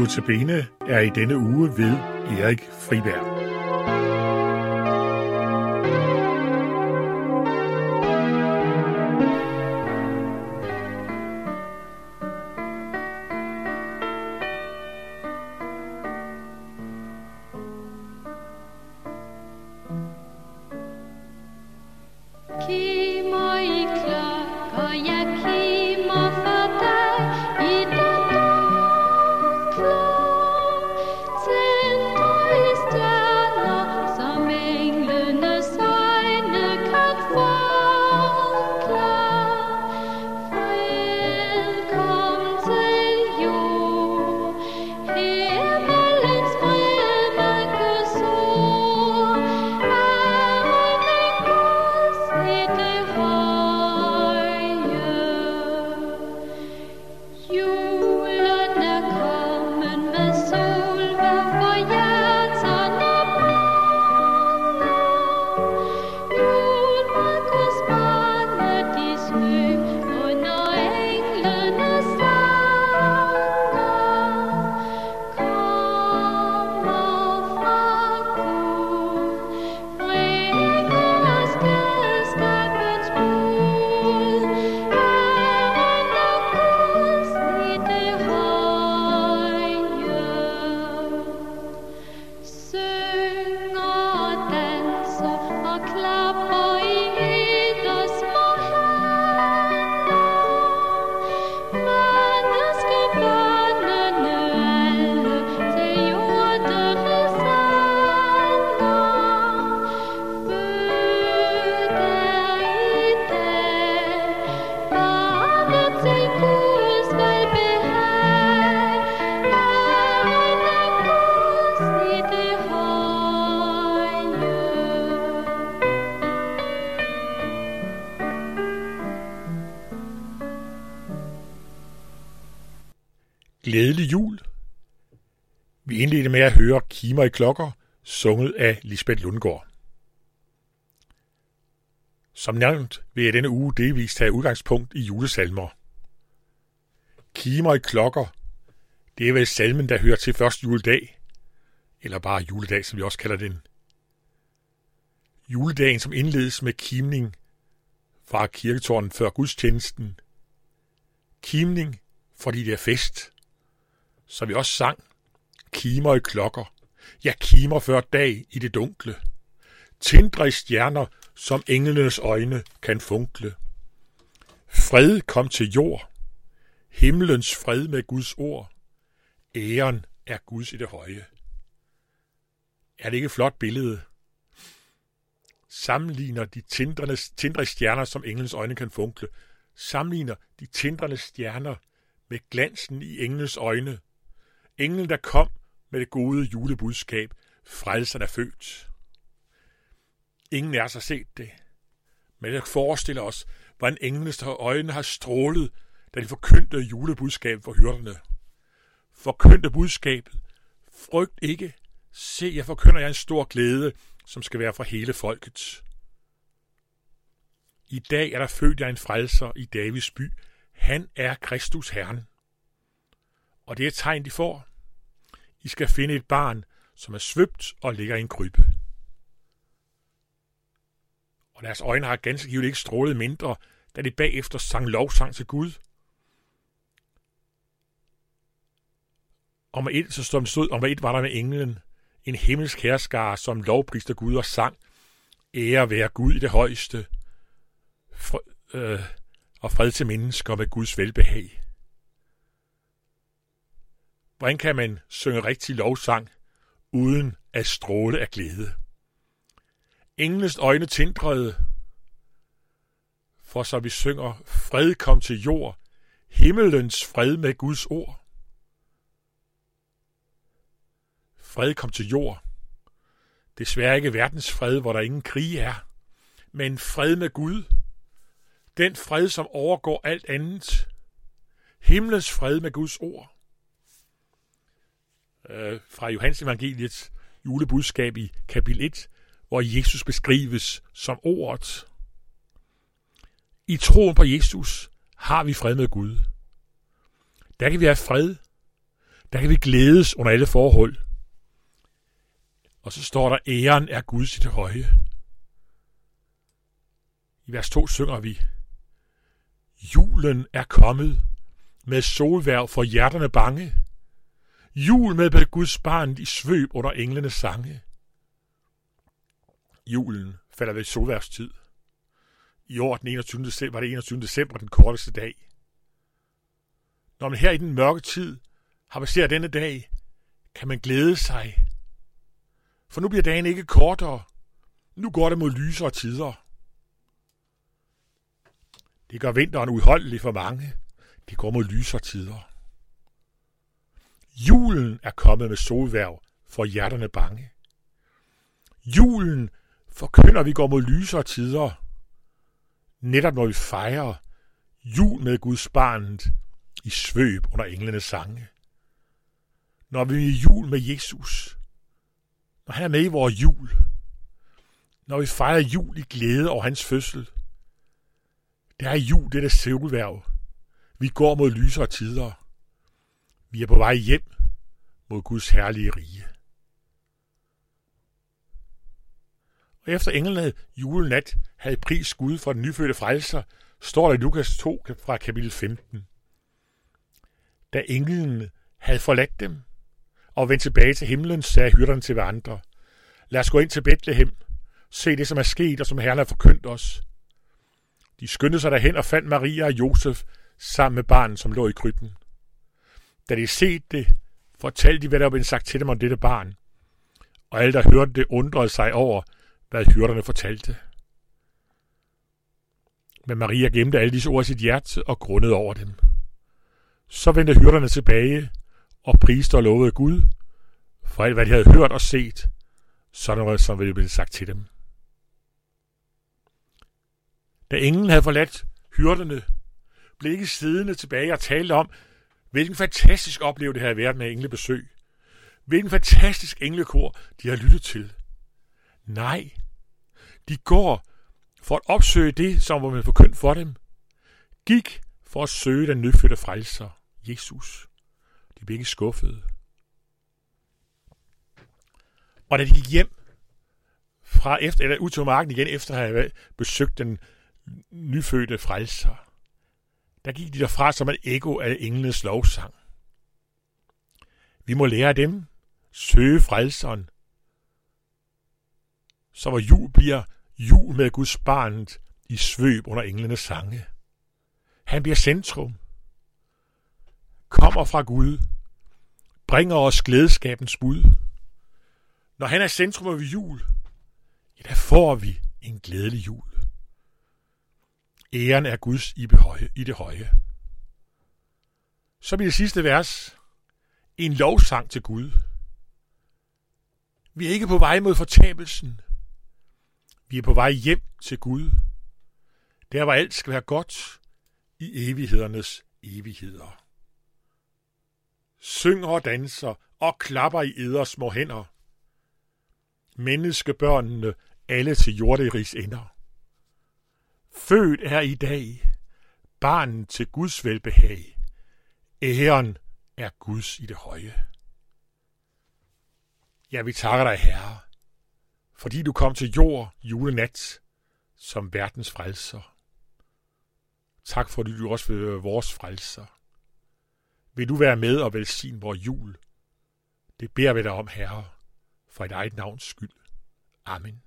Notabene er i denne uge ved Erik Friberg. Glædelig jul. Vi indledte med at høre Kimer i klokker, sunget af Lisbeth Lundgaard. Som nævnt vil jeg denne uge delvist tage udgangspunkt i julesalmer. Kimer i klokker, det er vel salmen, der hører til første juledag, eller bare juledag, som vi også kalder den. Juledagen, som indledes med kimning fra kirketårnen før gudstjenesten. Kimning, fordi det er fest. Så vi også sang, kimer i klokker, ja, kimer før dag i det dunkle. Tindre i stjerner, som englenes øjne kan funkle. Fred kom til jord, himlens fred med Guds ord. Æren er Guds i det høje. Er det ikke et flot billede? Sammenligner de tindre stjerner, som englenes øjne kan funkle. Sammenligner de tindrende stjerner med glansen i englenes øjne. Englen, der kom med det gode julebudskab, frelseren er født. Ingen af os har set det, men jeg forestiller os, hvordan englenes øjne har strålet, da de forkyndte julebudskabet for hyrderne. Forkyndte budskabet, frygt ikke, se, jeg forkynder jer en stor glæde, som skal være for hele folket. I dag er der født jer en frelser i Davids by. Han er Kristus Herren. Og det er et tegn, de får. I skal finde et barn, som er svøbt og ligger i en krybbe. Og deres øjne har ganske givet ikke strålet mindre, da de bagefter sang lovsang til Gud. Og med et var der med englen en himmelsk herskare, som lovpriste Gud og sang, ære være Gud i det højeste, og fred til mennesker med Guds velbehag. Hvordan kan man synge rigtig lovsang, uden at stråle af glæde? Englenes øjne tindrede, for så vi synger, fred kom til jord, himmelens fred med Guds ord. Fred kom til jord. Desværre ikke verdens fred, hvor der ingen krig er, men fred med Gud. Den fred, som overgår alt andet. Himlens fred med Guds ord. Fra Johannes evangeliets julebudskab i kapitel 1, hvor Jesus beskrives som ordet. I troen på Jesus har vi fred med Gud. Der kan vi have fred. Der kan vi glædes under alle forhold. Og så står der, æren er Guds i det høje. I vers 2 synger vi, julen er kommet med solværv for hjerterne bange. Jul med Guds barn i svøb under englenes sange. Julen falder ved solværvstid. I år den 21. december var det 21. december den korteste dag. Når man her i den mørke tid har passeret denne dag, kan man glæde sig. For nu bliver dagen ikke kortere. Nu går det mod lysere tider. Det gør vinteren udholdelig for mange. Det går mod lysere tider. Julen er kommet med solværv for hjerterne bange. Julen forkynder, vi går mod lysere tider. Netop når vi fejrer jul med Guds barnet i svøb under englenes sange. Når vi er i jul med Jesus. Når han er med i vores jul. Når vi fejrer jul i glæde over hans fødsel. Det er jul, det er solværv. Vi går mod lysere tider. Vi er på vej hjem mod Guds herlige rige. Og efter englene julenat havde pris Gud for den nyfødte frelser, står der i Lukas 2 fra kapitel 15. Da englen havde forladt dem og vendt tilbage til himlen, sagde hyrderne til hverandre, lad os gå ind til Betlehem, se det som er sket og som Herren har forkyndt os. De skyndte sig derhen og fandt Maria og Josef sammen med barnet, som lå i krybben. Da de set det, fortalte de, hvad der var blevet sagt til dem om dette barn. Og alle, der hørte det, undrede sig over, hvad hyrderne fortalte. Men Maria gemte alle disse ord i sit hjerte og grundede over dem. Så vendte hyrderne tilbage og priste og lovede Gud for alt, hvad de havde hørt og set, sådan noget, som ville blive sagt til dem. Da englen havde forladt hyrderne, blev ikke siddende tilbage og talte om, hvilken fantastisk oplevelse det havde været med englebesøg. Hvilken fantastisk englekor de har lyttet til. Nej, de går for at opsøge det, som var forkyndt for dem. Gik for at søge den nyfødte frelser, Jesus. De blev ikke skuffede. Og da de gik hjem ud til marken igen, efter at have besøgt den nyfødte frelser, der gik de derfra som et ekko af englenes lovsang. Vi må lære af dem, søge frelseren, så hvor jul bliver jul med Guds barnet i svøb under englenes sange. Han bliver centrum. Kommer fra Gud. Bringer os glædeskabens bud. Når han er centrum ved jul, ja, der får vi en glædelig jul. Æren er Guds i det høje. Så bliver det sidste vers en lovsang til Gud. Vi er ikke på vej mod fortabelsen. Vi er på vej hjem til Gud. Der hvor alt skal være godt i evighedernes evigheder. Synger og danser og klapper i eders små hænder. Menneskebørnene alle til jorderigs ender. Født er i dag barnen til Guds velbehag. Æren er Guds i det høje. Ja, vi takker dig, Herre, fordi du kom til jord julenat som verdens frelser. Tak fordi du også vil være vores frelser. Vil du være med og velsigne vores jul? Det beder vi dig om, Herre, for dit eget navns skyld. Amen.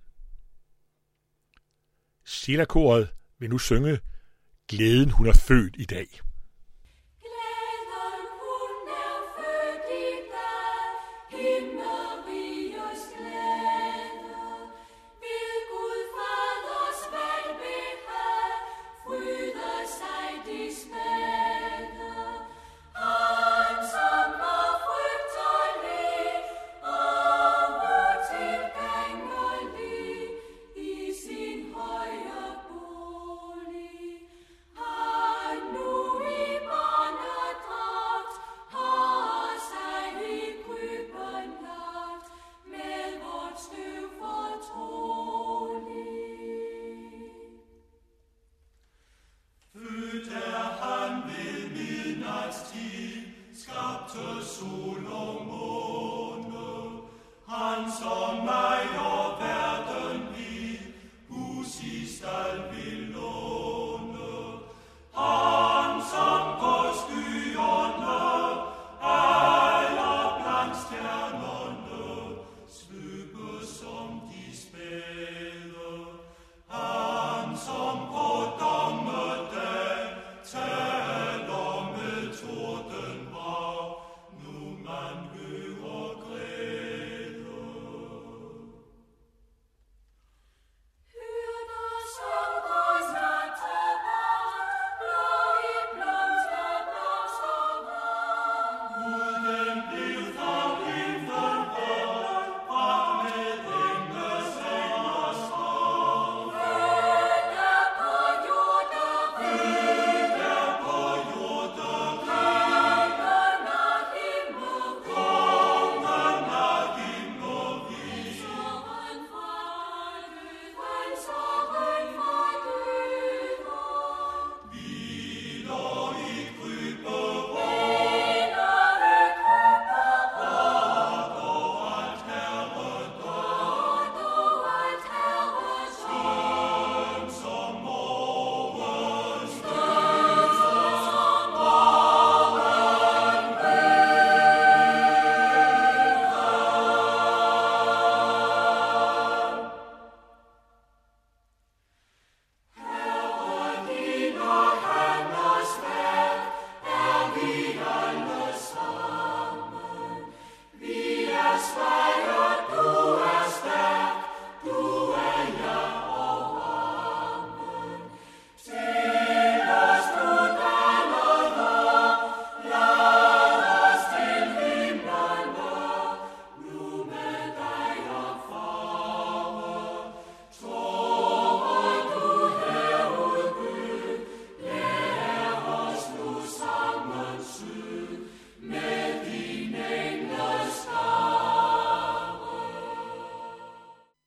Sjælerkoret vil nu synge Glæden hun er født i dag.